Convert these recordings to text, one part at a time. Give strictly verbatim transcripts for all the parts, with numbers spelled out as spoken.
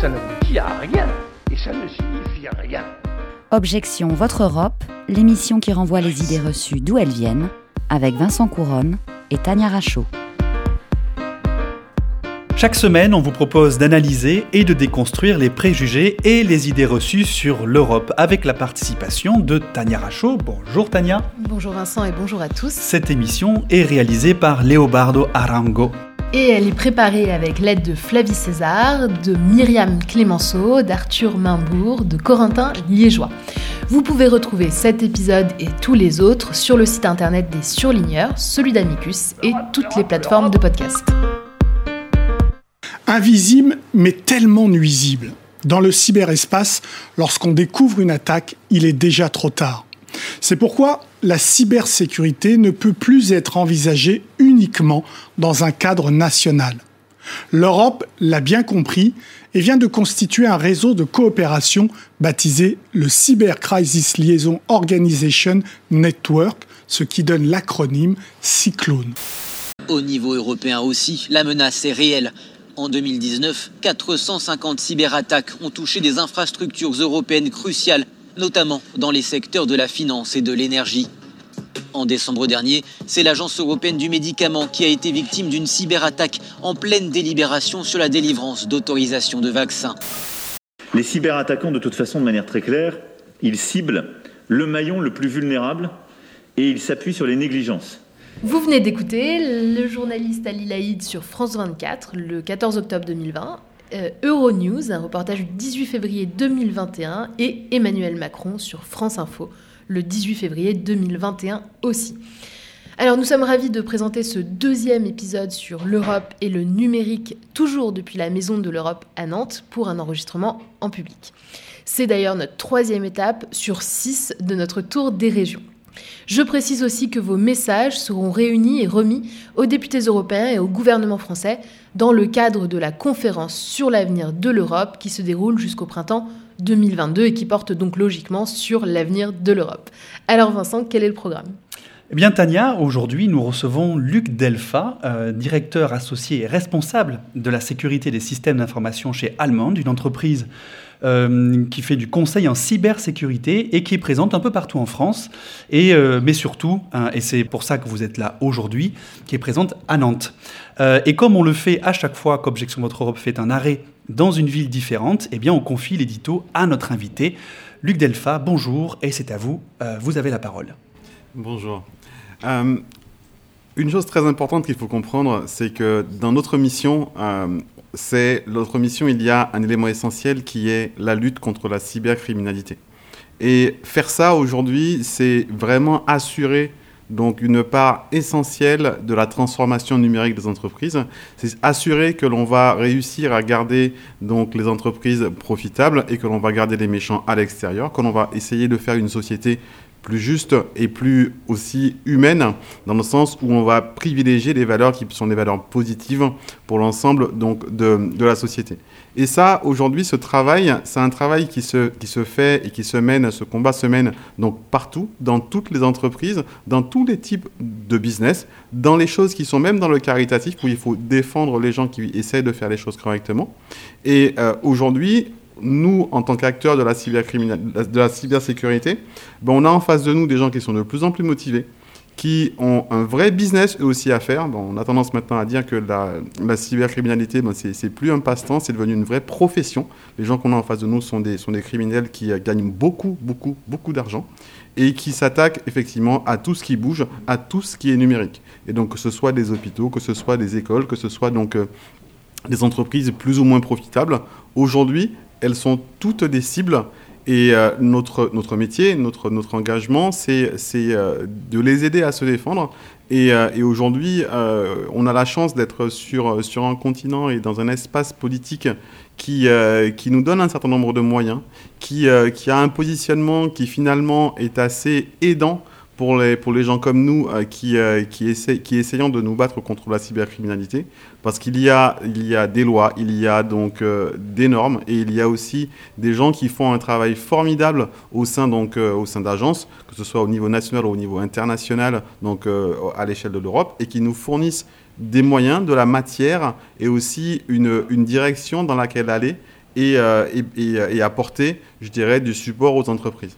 ça n'aboutit à rien, et ça ne signifie rien. Objection Votre Europe, l'émission qui renvoie les idées reçues d'où elles viennent, avec Vincent Couronne et Tania Rachaud. Chaque semaine, on vous propose d'analyser et de déconstruire les préjugés et les idées reçues sur l'Europe, avec la participation de Tania Rachaud. Bonjour Tania. Bonjour Vincent et bonjour à tous. Cette émission est réalisée par Leobardo Arango. Et elle est préparée avec l'aide de Flavie César, de Myriam Clémenceau, d'Arthur Mainbourg, de Corentin Liégeois. Vous pouvez retrouver cet épisode et tous les autres sur le site internet des Surligneurs, celui d'Amicus et toutes les plateformes de podcast. Invisible, mais tellement nuisible. Dans le cyberespace, lorsqu'on découvre une attaque, il est déjà trop tard. C'est pourquoi la cybersécurité ne peut plus être envisagée uniquement dans un cadre national. L'Europe l'a bien compris et vient de constituer un réseau de coopération baptisé le Cyber Crisis Liaison Organization Network, ce qui donne l'acronyme Cyclone. Au niveau européen aussi, la menace est réelle. En deux mille dix-neuf, quatre cent cinquante cyberattaques ont touché des infrastructures européennes cruciales, notamment dans les secteurs de la finance et de l'énergie. En décembre dernier, c'est l'Agence européenne du médicament qui a été victime d'une cyberattaque en pleine délibération sur la délivrance d'autorisations de vaccins. Les cyberattaquants, de toute façon, de manière très claire, ils ciblent le maillon le plus vulnérable et ils s'appuient sur les négligences. Vous venez d'écouter le journaliste Ali Laïd sur France vingt-quatre le quatorze octobre deux mille vingt, euh, Euronews, un reportage du dix-huit février deux mille vingt et un, et Emmanuel Macron sur France Info le dix-huit février deux mille vingt et un aussi. Alors nous sommes ravis de présenter ce deuxième épisode sur l'Europe et le numérique, toujours depuis la Maison de l'Europe à Nantes, pour un enregistrement en public. C'est d'ailleurs notre troisième étape sur six de notre tour des régions. Je précise aussi que vos messages seront réunis et remis aux députés européens et au gouvernement français dans le cadre de la conférence sur l'avenir de l'Europe qui se déroule jusqu'au printemps deux mille vingt-deux et qui porte donc logiquement sur l'avenir de l'Europe. Alors Vincent, quel est le programme ? Eh bien Tania, aujourd'hui nous recevons Luc Delfa, euh, directeur associé et responsable de la sécurité des systèmes d'information chez Allemande, une entreprise Euh, qui fait du conseil en cybersécurité et qui est présente un peu partout en France, et, euh, mais surtout, hein, et c'est pour ça que vous êtes là aujourd'hui, qui est présente à Nantes. Euh, et comme on le fait à chaque fois qu'Objection Votre Europe fait un arrêt dans une ville différente, eh bien on confie l'édito à notre invité. Luc Delfa, bonjour, et c'est à vous, euh, vous avez la parole. Bonjour. Euh, une chose très importante qu'il faut comprendre, c'est que dans notre mission, euh, c'est notre mission, il y a un élément essentiel qui est la lutte contre la cybercriminalité. Et faire ça aujourd'hui, c'est vraiment assurer donc une part essentielle de la transformation numérique des entreprises. C'est assurer que l'on va réussir à garder donc les entreprises profitables et que l'on va garder les méchants à l'extérieur, que l'on va essayer de faire une société plus juste et plus aussi humaine, dans le sens où on va privilégier les valeurs qui sont des valeurs positives pour l'ensemble donc de, de la société. Et ça, aujourd'hui, ce travail, c'est un travail qui se, qui se fait et qui se mène, ce combat se mène donc partout, dans toutes les entreprises, dans tous les types de business, dans les choses qui sont même dans le caritatif, où il faut défendre les gens qui essaient de faire les choses correctement. Et euh, aujourd'hui, nous, en tant qu'acteurs de la cybercriminalité, de la cybersécurité, ben on a en face de nous des gens qui sont de plus en plus motivés, qui ont un vrai business eux aussi à faire. Bon, on a tendance maintenant à dire que la, la cybercriminalité, ben c'est, c'est plus un passe-temps, c'est devenu une vraie profession. Les gens qu'on a en face de nous sont des, sont des criminels qui euh, gagnent beaucoup, beaucoup, beaucoup d'argent et qui s'attaquent effectivement à tout ce qui bouge, à tout ce qui est numérique. Et donc que ce soit des hôpitaux, que ce soit des écoles, que ce soit donc euh, des entreprises plus ou moins profitables, aujourd'hui, elles sont toutes des cibles et euh, notre, notre métier, notre, notre engagement, c'est, c'est euh, de les aider à se défendre. Et, euh, et aujourd'hui, euh, on a la chance d'être sur, sur un continent et dans un espace politique qui, euh, qui nous donne un certain nombre de moyens, qui, euh, qui a un positionnement qui finalement est assez aidant pour les, pour les gens comme nous euh, qui, euh, qui, essaie, qui essayons de nous battre contre la cybercriminalité, parce qu'il y a, il y a des lois, il y a donc euh, des normes, et il y a aussi des gens qui font un travail formidable au sein, donc, euh, au sein d'agences, que ce soit au niveau national ou au niveau international, donc euh, à l'échelle de l'Europe, et qui nous fournissent des moyens, de la matière, et aussi une, une direction dans laquelle aller, et, euh, et, et, et apporter, je dirais, du support aux entreprises.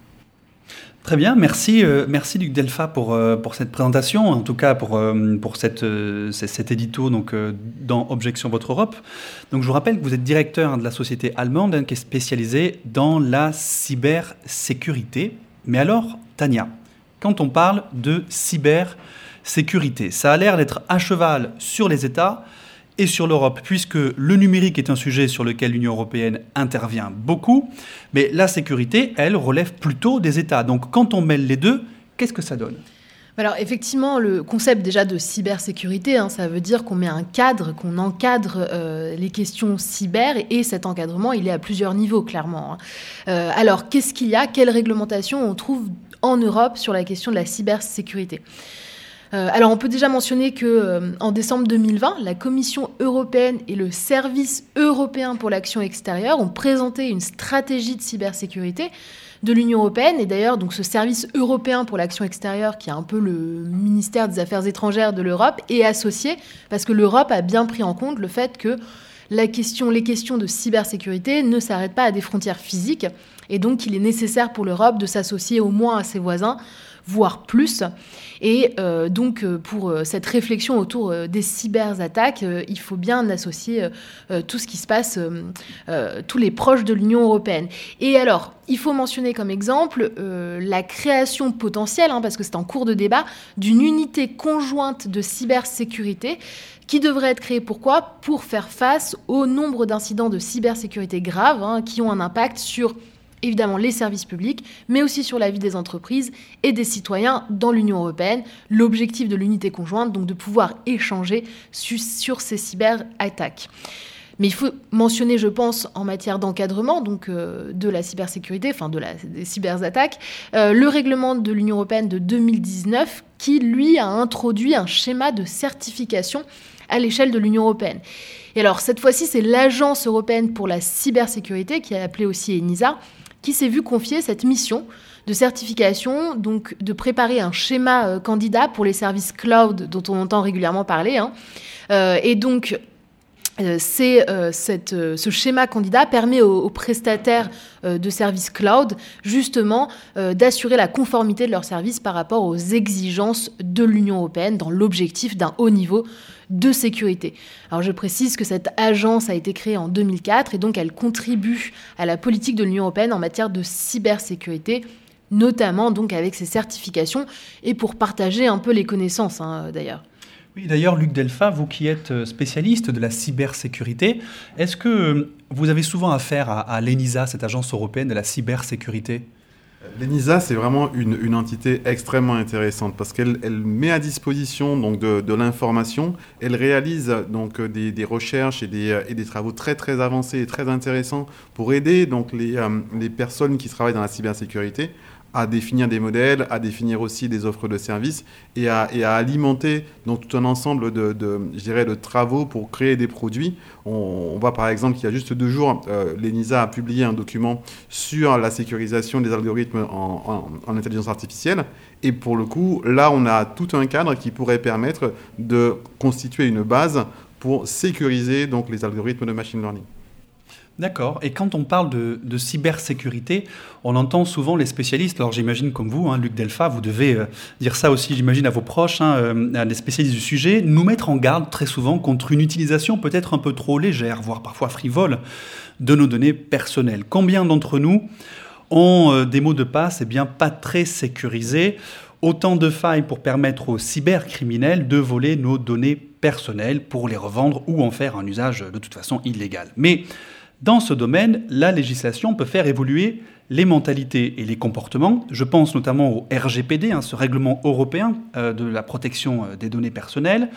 Très bien, merci, euh, merci Luc Delfa pour, euh, pour cette présentation, en tout cas pour, euh, pour cette, euh, cet édito donc, euh, dans Objection Votre Europe. Donc, je vous rappelle que vous êtes directeur hein, de la société allemande hein, qui est spécialisée dans la cybersécurité. Mais alors, Tania, quand on parle de cybersécurité, ça a l'air d'être à cheval sur les États et sur l'Europe, puisque le numérique est un sujet sur lequel l'Union européenne intervient beaucoup, mais la sécurité, elle, relève plutôt des États. Donc quand on mêle les deux, qu'est-ce que ça donne ? Alors effectivement, le concept déjà de cybersécurité, hein, ça veut dire qu'on met un cadre, qu'on encadre euh, les questions cyber, et cet encadrement, il est à plusieurs niveaux, clairement. Hein. Euh, alors, qu'est-ce qu'il y a ? Quelle réglementation on trouve en Europe sur la question de la cybersécurité ? Euh, alors, on peut déjà mentionner que euh, en décembre deux mille vingt, la Commission européenne et le Service européen pour l'action extérieure ont présenté une stratégie de cybersécurité de l'Union européenne. Et d'ailleurs, donc, ce Service européen pour l'action extérieure, qui est un peu le ministère des Affaires étrangères de l'Europe, est associé parce que l'Europe a bien pris en compte le fait que la question, les questions de cybersécurité ne s'arrêtent pas à des frontières physiques. Et donc, il est nécessaire pour l'Europe de s'associer au moins à ses voisins, voire plus. Et euh, donc, pour euh, cette réflexion autour euh, des cyberattaques, euh, il faut bien associer euh, tout ce qui se passe, euh, euh, tous les proches de l'Union européenne. Et alors, il faut mentionner comme exemple euh, la création potentielle, hein, parce que c'est en cours de débat, d'une unité conjointe de cybersécurité qui devrait être créée. Pourquoi ? Pour faire face au nombre d'incidents de cybersécurité graves hein, qui ont un impact sur évidemment les services publics, mais aussi sur la vie des entreprises et des citoyens dans l'Union européenne. L'objectif de l'unité conjointe, donc de pouvoir échanger su- sur ces cyberattaques. Mais il faut mentionner, je pense, en matière d'encadrement donc, euh, de la cybersécurité, enfin de la, des cyberattaques, euh, le règlement de l'Union européenne de deux mille dix-neuf qui, lui, a introduit un schéma de certification à l'échelle de l'Union européenne. Et alors, cette fois-ci, c'est l'Agence européenne pour la cybersécurité, qui est appelée aussi ENISA, qui s'est vu confier cette mission de certification, donc de préparer un schéma euh, candidat pour les services cloud dont on entend régulièrement parler. Hein. Euh, et donc, euh, c'est, euh, cette, euh, ce schéma candidat permet aux, aux prestataires euh, de services cloud, justement, euh, d'assurer la conformité de leurs services par rapport aux exigences de l'Union européenne dans l'objectif d'un haut niveau de sécurité. Alors je précise que cette agence a été créée en deux mille quatre et donc elle contribue à la politique de l'Union européenne en matière de cybersécurité, notamment donc avec ses certifications et pour partager un peu les connaissances hein, d'ailleurs. Oui, d'ailleurs, Luc Delfa, vous qui êtes spécialiste de la cybersécurité, est-ce que vous avez souvent affaire à, à l'ENISA, cette agence européenne de la cybersécurité ? L'ENISA, c'est vraiment une, une entité extrêmement intéressante parce qu'elle elle met à disposition donc, de, de l'information, elle réalise donc, des, des recherches et des, et des travaux très, très avancés et très intéressants pour aider donc, les, euh, les personnes qui travaillent dans la cybersécurité à définir des modèles, à définir aussi des offres de services et à, et à alimenter donc, tout un ensemble de, de, je dirais, de travaux pour créer des produits. On, on voit par exemple qu'il y a juste deux jours, euh, l'ENISA a publié un document sur la sécurisation des algorithmes en, en, en intelligence artificielle. Et pour le coup, là, on a tout un cadre qui pourrait permettre de constituer une base pour sécuriser donc, les algorithmes de machine learning. D'accord. Et quand on parle de, de cybersécurité, on entend souvent les spécialistes, alors j'imagine comme vous, hein, Luc Delfa, vous devez euh, dire ça aussi, j'imagine, à vos proches, hein, euh, à des spécialistes du sujet, nous mettre en garde très souvent contre une utilisation peut-être un peu trop légère, voire parfois frivole, de nos données personnelles. Combien d'entre nous ont euh, des mots de passe eh bien, pas très sécurisés, autant de failles pour permettre aux cybercriminels de voler nos données personnelles pour les revendre ou en faire un usage de toute façon illégal. Mais dans ce domaine, la législation peut faire évoluer les mentalités et les comportements. Je pense notamment au R G P D, hein, ce règlement européen euh, de la protection euh, des données personnelles.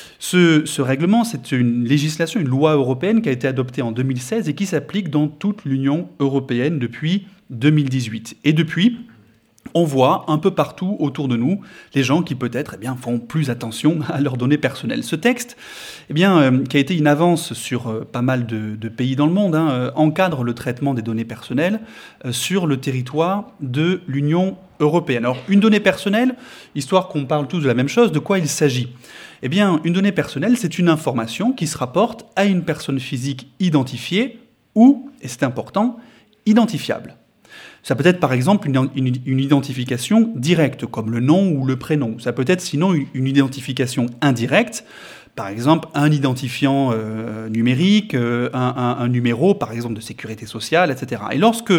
Ce, ce règlement, c'est une législation, une loi européenne qui a été adoptée en deux mille seize et qui s'applique dans toute l'Union européenne depuis deux mille dix-huit. Et depuis, on voit un peu partout autour de nous les gens qui peut-être eh bien, font plus attention à leurs données personnelles. Ce texte, eh bien, euh, qui a été une avance sur euh, pas mal de, de pays dans le monde, hein, euh, encadre le traitement des données personnelles euh, sur le territoire de l'Union européenne. Alors, une donnée personnelle, histoire qu'on parle tous de la même chose, de quoi il s'agit ? Eh bien, une donnée personnelle, c'est une information qui se rapporte à une personne physique identifiée ou, et c'est important, identifiable. Ça peut être par exemple une, une, une identification directe, comme le nom ou le prénom. Ça peut être sinon une, une identification indirecte, par exemple un identifiant euh, numérique, euh, un, un, un numéro par exemple de sécurité sociale, et cetera. Et lorsque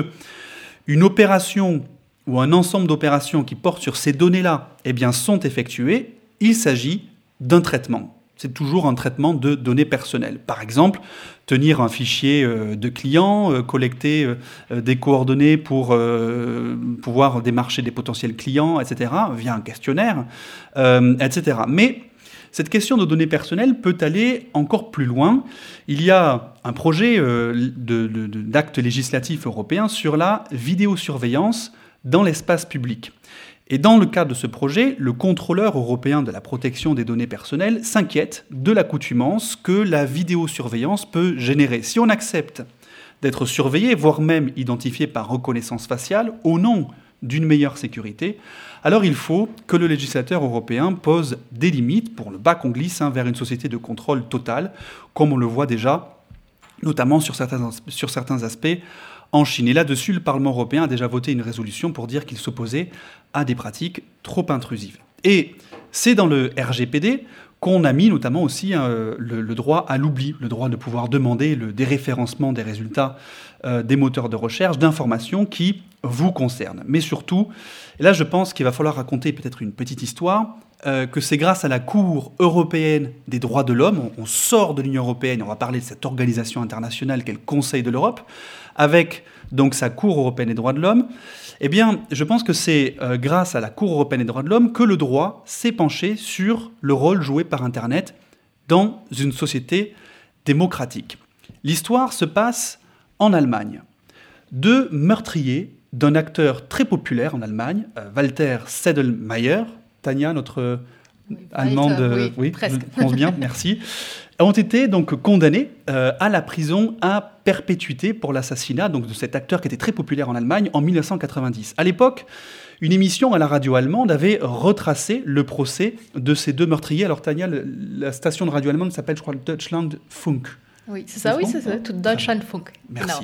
une opération ou un ensemble d'opérations qui portent sur ces données-là eh bien, sont effectuées, il s'agit d'un traitement. C'est toujours un traitement de données personnelles. Par exemple, tenir un fichier de clients, euh, collecter euh, des coordonnées pour euh, pouvoir démarcher des potentiels clients, et cetera, via un questionnaire, euh, et cetera. Mais cette question de données personnelles peut aller encore plus loin. Il y a un projet euh, de, de, de, d'acte législatif européen sur la vidéosurveillance dans l'espace public. Et dans le cadre de ce projet, le contrôleur européen de la protection des données personnelles s'inquiète de l'accoutumance que la vidéosurveillance peut générer. Si on accepte d'être surveillé, voire même identifié par reconnaissance faciale, au nom d'une meilleure sécurité, alors il faut que le législateur européen pose des limites pour ne pas qu'on glisse hein, vers une société de contrôle total, comme on le voit déjà, notamment sur certains, sur certains aspects en Chine. Et là-dessus, le Parlement européen a déjà voté une résolution pour dire qu'il s'opposait à des pratiques trop intrusives. Et c'est dans le R G P D qu'on a mis notamment aussi euh, le, le droit à l'oubli, le droit de pouvoir demander le déréférencement des résultats euh, des moteurs de recherche, d'informations qui vous concernent. Mais surtout, et là je pense qu'il va falloir raconter peut-être une petite histoire, euh, que c'est grâce à la Cour européenne des droits de l'homme, on, on sort de l'Union européenne, on va parler de cette organisation internationale qu'est le Conseil de l'Europe, avec donc sa Cour européenne des droits de l'homme, eh bien, je pense que c'est euh, grâce à la Cour européenne des droits de l'homme que le droit s'est penché sur le rôle joué par Internet dans une société démocratique. L'histoire se passe en Allemagne. Deux meurtriers d'un acteur très populaire en Allemagne, euh, Walter Sedlmayr, Tania, notre oui, allemande, Walter, oui, oui, presque. je pense bien, merci, ont été donc condamnés euh, à la prison à perpétuité pour l'assassinat donc, de cet acteur qui était très populaire en Allemagne en dix-neuf cent quatre-vingt-dix. À l'époque, une émission à la radio allemande avait retracé le procès de ces deux meurtriers. Alors Tania, le, la station de radio allemande s'appelle, je crois, Deutschlandfunk. Oui, c'est ça, oui, c'est ça, tout Deutschlandfunk. Merci.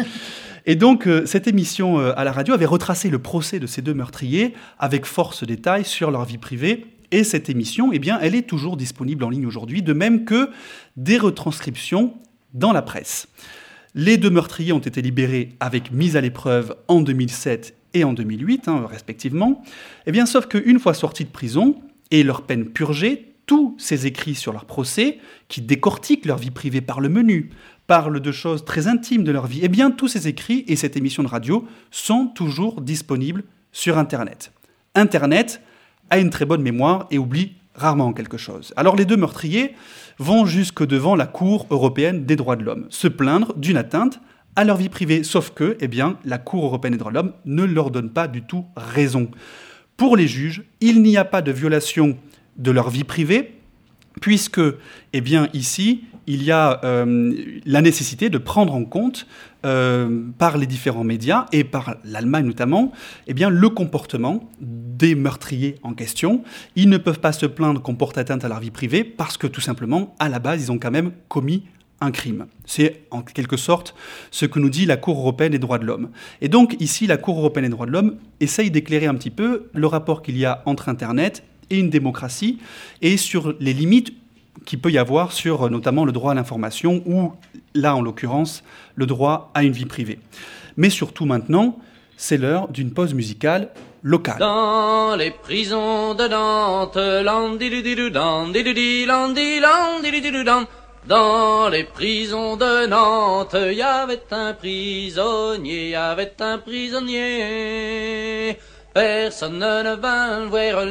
Et donc, euh, cette émission euh, à la radio avait retracé le procès de ces deux meurtriers avec force détails sur leur vie privée. Et cette émission, eh bien, elle est toujours disponible en ligne aujourd'hui, de même que des retranscriptions dans la presse. Les deux meurtriers ont été libérés avec mise à l'épreuve en deux mille sept et en deux mille huit, hein, respectivement. Eh bien, sauf qu'une fois sortis de prison et leur peine purgée, tous ces écrits sur leur procès, qui décortiquent leur vie privée par le menu, parlent de choses très intimes de leur vie, eh bien, tous ces écrits et cette émission de radio sont toujours disponibles sur Internet. Internet a une très bonne mémoire et oublie rarement quelque chose. Alors les deux meurtriers vont jusque devant la Cour européenne des droits de l'homme, se plaindre d'une atteinte à leur vie privée, sauf que, eh bien, la Cour européenne des droits de l'homme ne leur donne pas du tout raison. Pour les juges, il n'y a pas de violation de leur vie privée, puisque, eh bien, ici, il y a euh, la nécessité de prendre en compte, euh, par les différents médias, et par l'Allemagne notamment, eh bien, le comportement des meurtriers en question. Ils ne peuvent pas se plaindre qu'on porte atteinte à leur vie privée, parce que, tout simplement, à la base, ils ont quand même commis un crime. C'est, en quelque sorte, ce que nous dit la Cour européenne des droits de l'homme. Et donc, ici, la Cour européenne des droits de l'homme essaye d'éclairer un petit peu le rapport qu'il y a entre Internet et une démocratie, et sur les limites qu'il peut y avoir sur notamment le droit à l'information ou, là en l'occurrence, le droit à une vie privée. Mais surtout maintenant, c'est l'heure d'une pause musicale locale. Dans les prisons de Nantes, dans les prisons de Nantes, il y avait un prisonnier, il y avait un prisonnier. Personne ne vint le voir,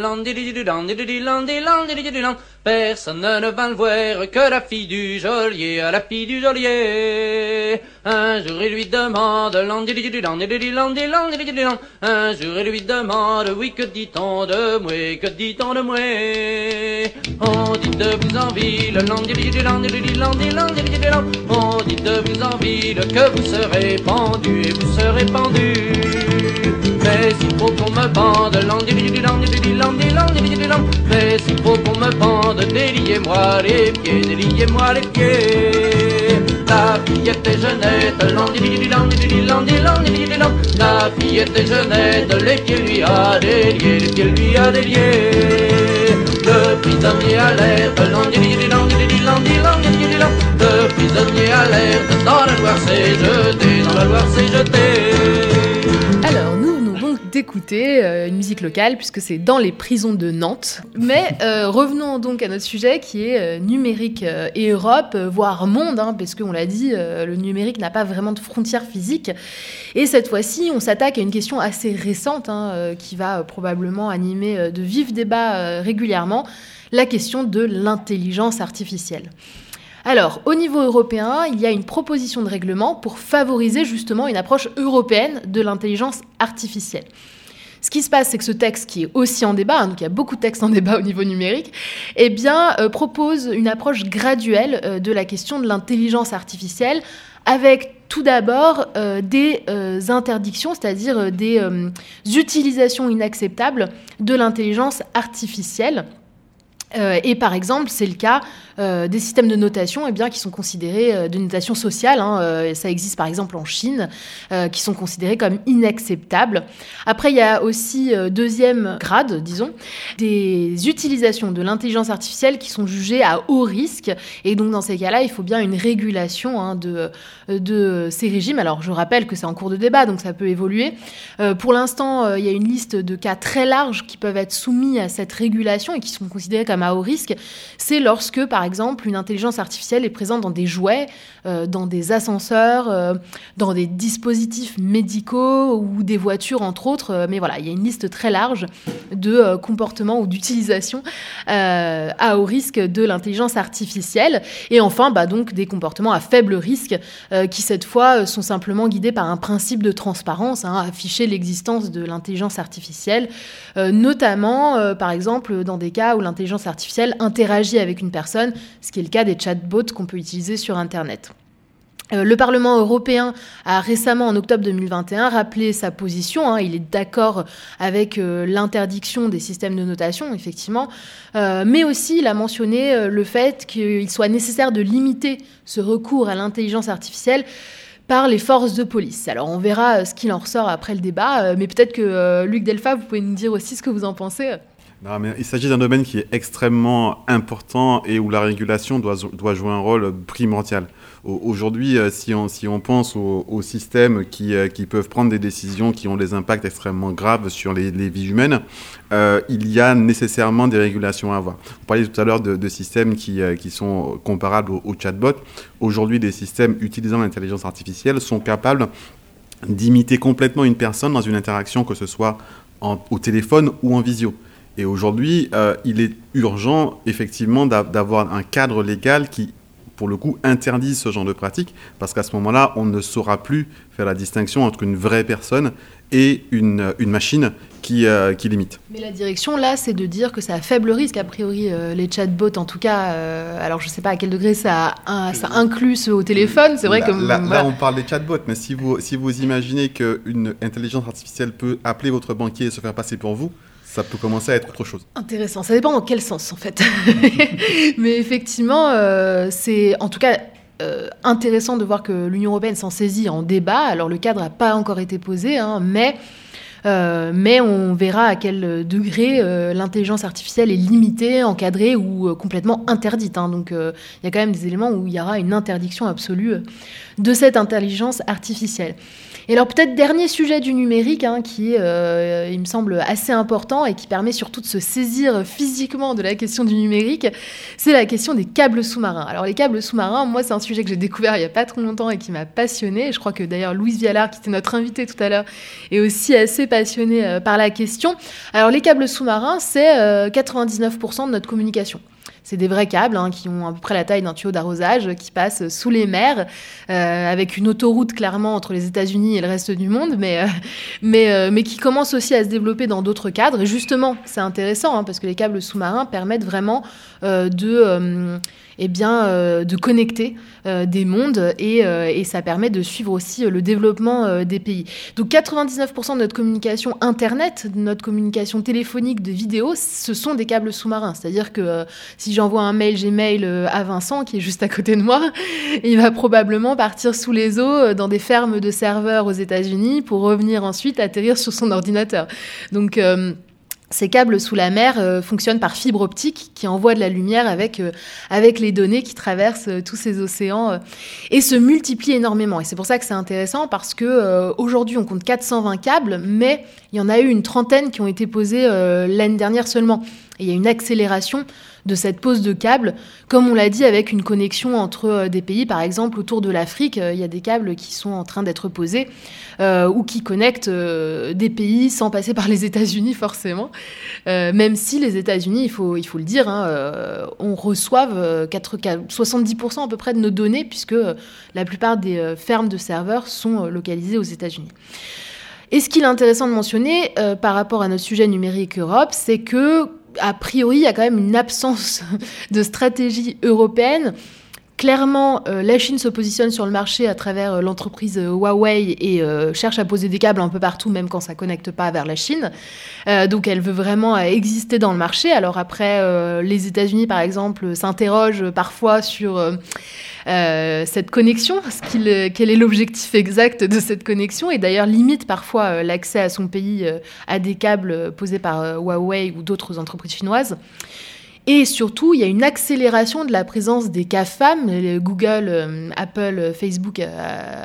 personne ne vint le voir que la fille du geôlier, la fille du geôlier. Un jour il lui demande, un jour il lui demande, oui que dit-on de moi, que dit-on de moi? On dit de vous en ville, on dit de vous en ville que vous serez pendu et vous serez pendu. Mais il faut qu'on me bande, mais il faut qu'on me bande, déliez-moi les pieds, déliez-moi les pieds. La fillette est jeunette, landididilang, la fillette est jeunette, les pieds lui a déliés, les pieds lui a déliés. Le prisonnier alerte, landididilang, le prisonnier alerte, dans la Loire s'est jeté, dans la Loire s'est jeté. Alors, nous venons donc d'écouter euh, une musique locale, puisque c'est dans les prisons de Nantes. Mais euh, revenons donc à notre sujet, qui est euh, numérique euh, et Europe, euh, voire monde, hein, parce qu'on l'a dit, euh, le numérique n'a pas vraiment de frontières physiques. Et cette fois-ci, on s'attaque à une question assez récente, hein, euh, qui va euh, probablement animer euh, de vifs débats euh, régulièrement, la question de l'intelligence artificielle. Alors, au niveau européen, il y a une proposition de règlement pour favoriser justement une approche européenne de l'intelligence artificielle. Ce qui se passe, c'est que ce texte, qui est aussi en débat, hein, donc il y a beaucoup de textes en débat au niveau numérique, eh bien, euh, propose une approche graduelle euh, de la question de l'intelligence artificielle, avec tout d'abord euh, des euh, interdictions, c'est-à-dire euh, des euh, utilisations inacceptables de l'intelligence artificielle. Euh, et par exemple, c'est le cas euh, des systèmes de notation eh bien, qui sont considérés euh, de notation sociale. Hein, euh, ça existe par exemple en Chine, euh, qui sont considérés comme inacceptables. Après, il y a aussi, euh, deuxième grade, disons, des utilisations de l'intelligence artificielle qui sont jugées à haut risque. Et donc, dans ces cas-là, il faut bien une régulation hein, de, de ces régimes. Alors, je rappelle que c'est en cours de débat, donc ça peut évoluer. Euh, pour l'instant, euh, il y a une liste de cas très large qui peuvent être soumis à cette régulation et qui sont considérés comme à haut risque. C'est lorsque, par exemple, une intelligence artificielle est présente dans des jouets, euh, dans des ascenseurs, euh, dans des dispositifs médicaux ou des voitures, entre autres. Euh, mais voilà, il y a une liste très large de euh, comportements ou d'utilisation euh, à haut risque de l'intelligence artificielle. Et enfin, bah, donc, des comportements à faible risque euh, qui, cette fois, sont simplement guidés par un principe de transparence, hein, afficher l'existence de l'intelligence artificielle, euh, notamment, euh, par exemple, dans des cas où l'intelligence artificielle interagit avec une personne, ce qui est le cas des chatbots qu'on peut utiliser sur Internet. Euh, le Parlement européen a récemment, en octobre deux mille vingt et un, rappelé sa position. Hein, il est d'accord avec euh, l'interdiction des systèmes de notation, effectivement, euh, mais aussi il a mentionné euh, le fait qu'il soit nécessaire de limiter ce recours à l'intelligence artificielle par les forces de police. Alors, on verra ce qu'il en ressort après le débat, euh, mais peut-être que, euh, Luc Delfa, vous pouvez nous dire aussi ce que vous en pensez. Non, mais il s'agit d'un domaine qui est extrêmement important et où la régulation doit, doit jouer un rôle primordial. Aujourd'hui, si on, si on pense aux, aux systèmes qui, qui peuvent prendre des décisions qui ont des impacts extrêmement graves sur les, les vies humaines, euh, il y a nécessairement des régulations à avoir. Vous parliez tout à l'heure de, de systèmes qui, qui sont comparables aux, aux chatbots. Aujourd'hui, des systèmes utilisant l'intelligence artificielle sont capables d'imiter complètement une personne dans une interaction, que ce soit en, au téléphone ou en visio. Et aujourd'hui, euh, il est urgent, effectivement, d'avoir un cadre légal qui, pour le coup, interdise ce genre de pratique, parce qu'à ce moment-là, on ne saura plus faire la distinction entre une vraie personne et une, une machine qui, euh, qui l'imite. Mais la direction, là, c'est de dire que c'est à faible risque, a priori, euh, les chatbots, en tout cas, euh, alors je ne sais pas à quel degré ça, un, ça inclut ceux au téléphone, c'est vrai là, que... Là, voilà. là, on parle des chatbots, mais si vous, si vous imaginez qu'une intelligence artificielle peut appeler votre banquier et se faire passer pour vous, ça peut commencer à être autre chose. Intéressant. Ça dépend dans quel sens, en fait. Mais effectivement, euh, c'est en tout cas euh, intéressant de voir que l'Union européenne s'en saisit en débat. Alors, le cadre n'a pas encore été posé, hein, mais, euh, mais on verra à quel degré euh, l'intelligence artificielle est limitée, encadrée ou euh, complètement interdite. Hein. Donc, euh, il y a quand même des éléments où il y aura une interdiction absolue de cette intelligence artificielle. Et alors peut-être dernier sujet du numérique, hein, qui euh, il me semble assez important et qui permet surtout de se saisir physiquement de la question du numérique, c'est la question des câbles sous-marins. Alors les câbles sous-marins, moi c'est un sujet que j'ai découvert il n'y a pas trop longtemps et qui m'a passionnée. Je crois que d'ailleurs Louise Vialard, qui était notre invitée tout à l'heure, est aussi assez passionnée euh, par la question. Alors les câbles sous-marins, c'est euh, quatre-vingt-dix-neuf pour cent de notre communication. C'est des vrais câbles hein, qui ont à peu près la taille d'un tuyau d'arrosage, qui passent sous les mers, euh, avec une autoroute clairement entre les États-Unis et le reste du monde, mais, euh, mais, euh, mais qui commencent aussi à se développer dans d'autres cadres. Et justement, c'est intéressant, hein, parce que les câbles sous-marins permettent vraiment euh, de... Euh, eh bien, euh, de connecter euh, des mondes et, euh, et ça permet de suivre aussi euh, le développement euh, des pays. Donc quatre-vingt-dix-neuf pour cent de notre communication Internet, de notre communication téléphonique, de vidéos, ce sont des câbles sous-marins. C'est-à-dire que euh, si j'envoie un mail Gmail euh, à Vincent, qui est juste à côté de moi, il va probablement partir sous les eaux euh, dans des fermes de serveurs aux États-Unis pour revenir ensuite atterrir sur son ordinateur. Donc... Euh, Ces câbles sous la mer euh, fonctionnent par fibre optique qui envoie de la lumière avec, euh, avec les données qui traversent euh, tous ces océans euh, et se multiplient énormément. Et c'est pour ça que c'est intéressant parce que euh, aujourd'hui on compte quatre cent vingt câbles, mais il y en a eu une trentaine qui ont été posés euh, l'année dernière seulement. Et il y a une accélération de cette pose de câbles, comme on l'a dit, avec une connexion entre euh, des pays. Par exemple, autour de l'Afrique, euh, il y a des câbles qui sont en train d'être posés euh, ou qui connectent euh, des pays sans passer par les États-Unis forcément. Euh, même si les États-Unis, il faut, il faut le dire, hein, euh, on reçoit euh, soixante-dix pour cent à peu près de nos données, puisque euh, la plupart des euh, fermes de serveurs sont euh, localisées aux États-Unis. Et ce qu'il est intéressant de mentionner euh, par rapport à notre sujet numérique Europe, c'est que a priori, il y a quand même une absence de stratégie européenne. Clairement, euh, la Chine se positionne sur le marché à travers euh, l'entreprise euh, Huawei et euh, cherche à poser des câbles un peu partout, même quand ça ne connecte pas vers la Chine. Euh, donc, elle veut vraiment euh, exister dans le marché. Alors après, euh, les États-Unis, par exemple, s'interrogent parfois sur euh, euh, cette connexion, ce qu'il, quel est l'objectif exact de cette connexion, et d'ailleurs limite parfois euh, l'accès à son pays euh, à des câbles posés par euh, Huawei ou d'autres entreprises chinoises. Et surtout, il y a une accélération de la présence des GAFAM, Google, euh, Apple, Facebook, euh,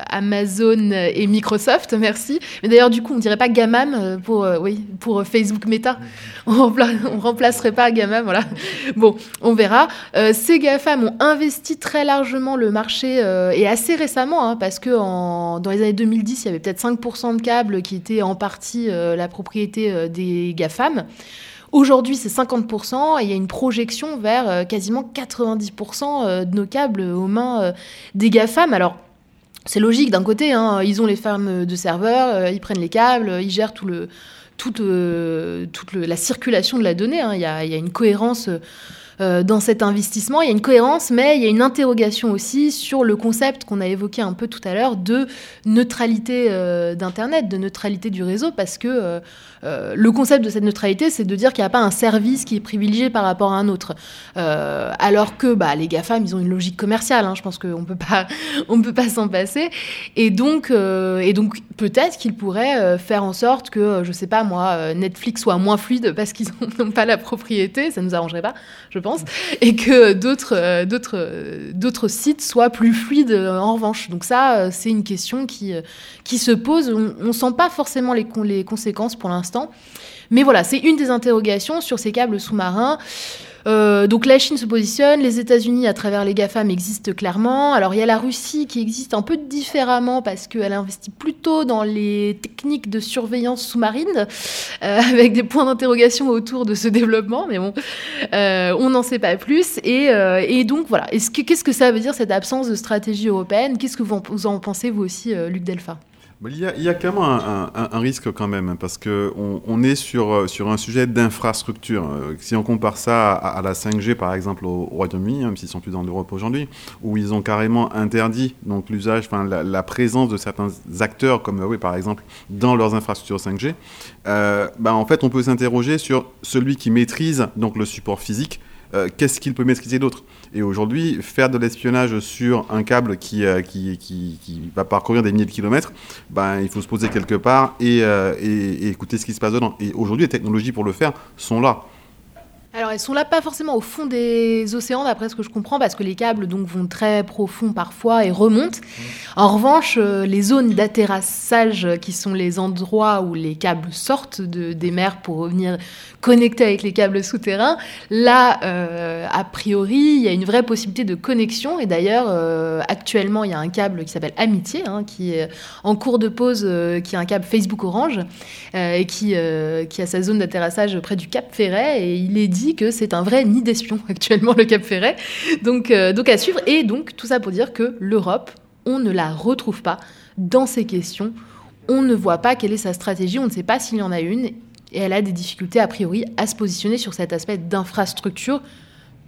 Amazon et Microsoft, merci. Mais d'ailleurs, du coup, on ne dirait pas GAMAM pour, euh, oui, pour Facebook Meta. On ne remplacerait pas GAMAM, voilà. Bon, on verra. Euh, ces GAFAM ont investi très largement le marché, euh, et assez récemment, hein, parce que en, dans les années deux mille dix, il y avait peut-être cinq pour cent de câbles qui étaient en partie euh, la propriété euh, des GAFAM. Aujourd'hui, c'est cinquante pour cent et il y a une projection vers euh, quasiment quatre-vingt-dix pour cent euh, de nos câbles aux mains euh, des GAFAM. Alors, c'est logique d'un côté, hein, ils ont les fermes de serveurs, euh, ils prennent les câbles, ils gèrent tout le, toute, euh, toute le, la circulation de la donnée. Hein. Il y a, il y a une cohérence euh, dans cet investissement. Il y a une cohérence, mais il y a une interrogation aussi sur le concept qu'on a évoqué un peu tout à l'heure de neutralité euh, d'Internet, de neutralité du réseau, parce que euh, Euh, le concept de cette neutralité, c'est de dire qu'il n'y a pas un service qui est privilégié par rapport à un autre. Euh, alors que bah, les GAFAM, ils ont une logique commerciale. Hein, je pense qu'on peut pas, on peut pas s'en passer. Et donc, euh, et donc peut-être qu'ils pourraient euh, faire en sorte que, je sais pas moi, Netflix soit moins fluide parce qu'ils n'ont pas la propriété. Ça nous arrangerait pas, je pense. Et que d'autres, euh, d'autres, euh, d'autres sites soient plus fluides euh, en revanche. Donc ça, euh, c'est une question qui, euh, qui se pose. On ne sent pas forcément les, con- les conséquences pour l'instant. Mais voilà, c'est une des interrogations sur ces câbles sous-marins. Euh, donc la Chine se positionne, les États-Unis à travers les GAFAM existent clairement. Alors il y a la Russie qui existe un peu différemment parce qu'elle investit plutôt dans les techniques de surveillance sous-marine, euh, avec des points d'interrogation autour de ce développement, mais bon, euh, on n'en sait pas plus. Et, euh, et donc voilà, Est-ce que, qu'est-ce que ça veut dire cette absence de stratégie européenne ? Qu'est-ce que vous en, vous en pensez vous aussi, euh, Luc Delfa ? Il y, a, il y a clairement un, un, un risque quand même, parce qu'on on est sur, sur un sujet d'infrastructure. Si on compare ça à, à la cinq G, par exemple, au, au Royaume-Uni, même s'ils ne sont plus dans l'Europe aujourd'hui, où ils ont carrément interdit donc, l'usage, enfin, la, la présence de certains acteurs, comme Huawei par exemple, dans leurs infrastructures cinq G, euh, bah, en fait, on peut s'interroger sur celui qui maîtrise donc, le support physique. Euh, qu'est-ce qu'il peut maîtriser d'autre ? Et aujourd'hui, faire de l'espionnage sur un câble qui, euh, qui, qui, qui va parcourir des milliers de kilomètres, ben, il faut se poser quelque part et, euh, et, et écouter ce qui se passe dedans. Et aujourd'hui, les technologies pour le faire sont là. Alors, elles sont là pas forcément au fond des océans, d'après ce que je comprends, parce que les câbles donc, vont très profond parfois et remontent. En revanche, euh, les zones d'atterrissage, qui sont les endroits où les câbles sortent de, des mers pour revenir connecter avec les câbles souterrains, là, euh, a priori, il y a une vraie possibilité de connexion. Et d'ailleurs, euh, actuellement, il y a un câble qui s'appelle Amitié, hein, qui est en cours de pause, euh, qui est un câble Facebook Orange, euh, et qui, euh, qui a sa zone d'atterrissage près du Cap Ferret. Et il est dit que c'est un vrai nid d'espions actuellement, le Cap Ferret. Donc, euh, donc à suivre. Et donc, tout ça pour dire que l'Europe, on ne la retrouve pas dans ces questions. On ne voit pas quelle est sa stratégie. On ne sait pas s'il y en a une. Et elle a des difficultés, a priori, à se positionner sur cet aspect d'infrastructure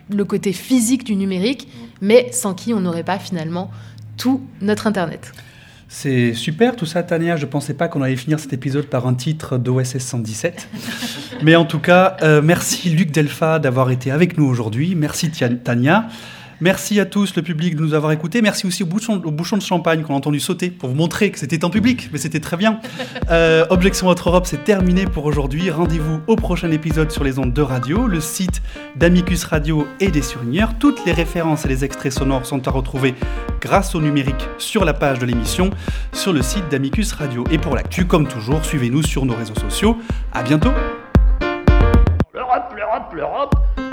le côté physique du numérique, mais sans qui on n'aurait pas finalement tout notre Internet. C'est super tout ça, Tania. Je ne pensais pas qu'on allait finir cet épisode par un titre d'O S S cent dix-sept. Mais en tout cas, euh, merci Luc Delfa d'avoir été avec nous aujourd'hui. Merci Tania. Merci à tous, le public, de nous avoir écoutés. Merci aussi aux bouchons, aux bouchons de champagne qu'on a entendu sauter pour vous montrer que c'était en public, mais c'était très bien. Euh, Objection Votre Europe, c'est terminé pour aujourd'hui. Rendez-vous au prochain épisode sur les ondes de radio, le site d'Amicus Radio et des Surligneurs. Toutes les références et les extraits sonores sont à retrouver grâce au numérique sur la page de l'émission, sur le site d'Amicus Radio. Et pour l'actu, comme toujours, suivez-nous sur nos réseaux sociaux. À bientôt. L'Europe, l'Europe, l'Europe.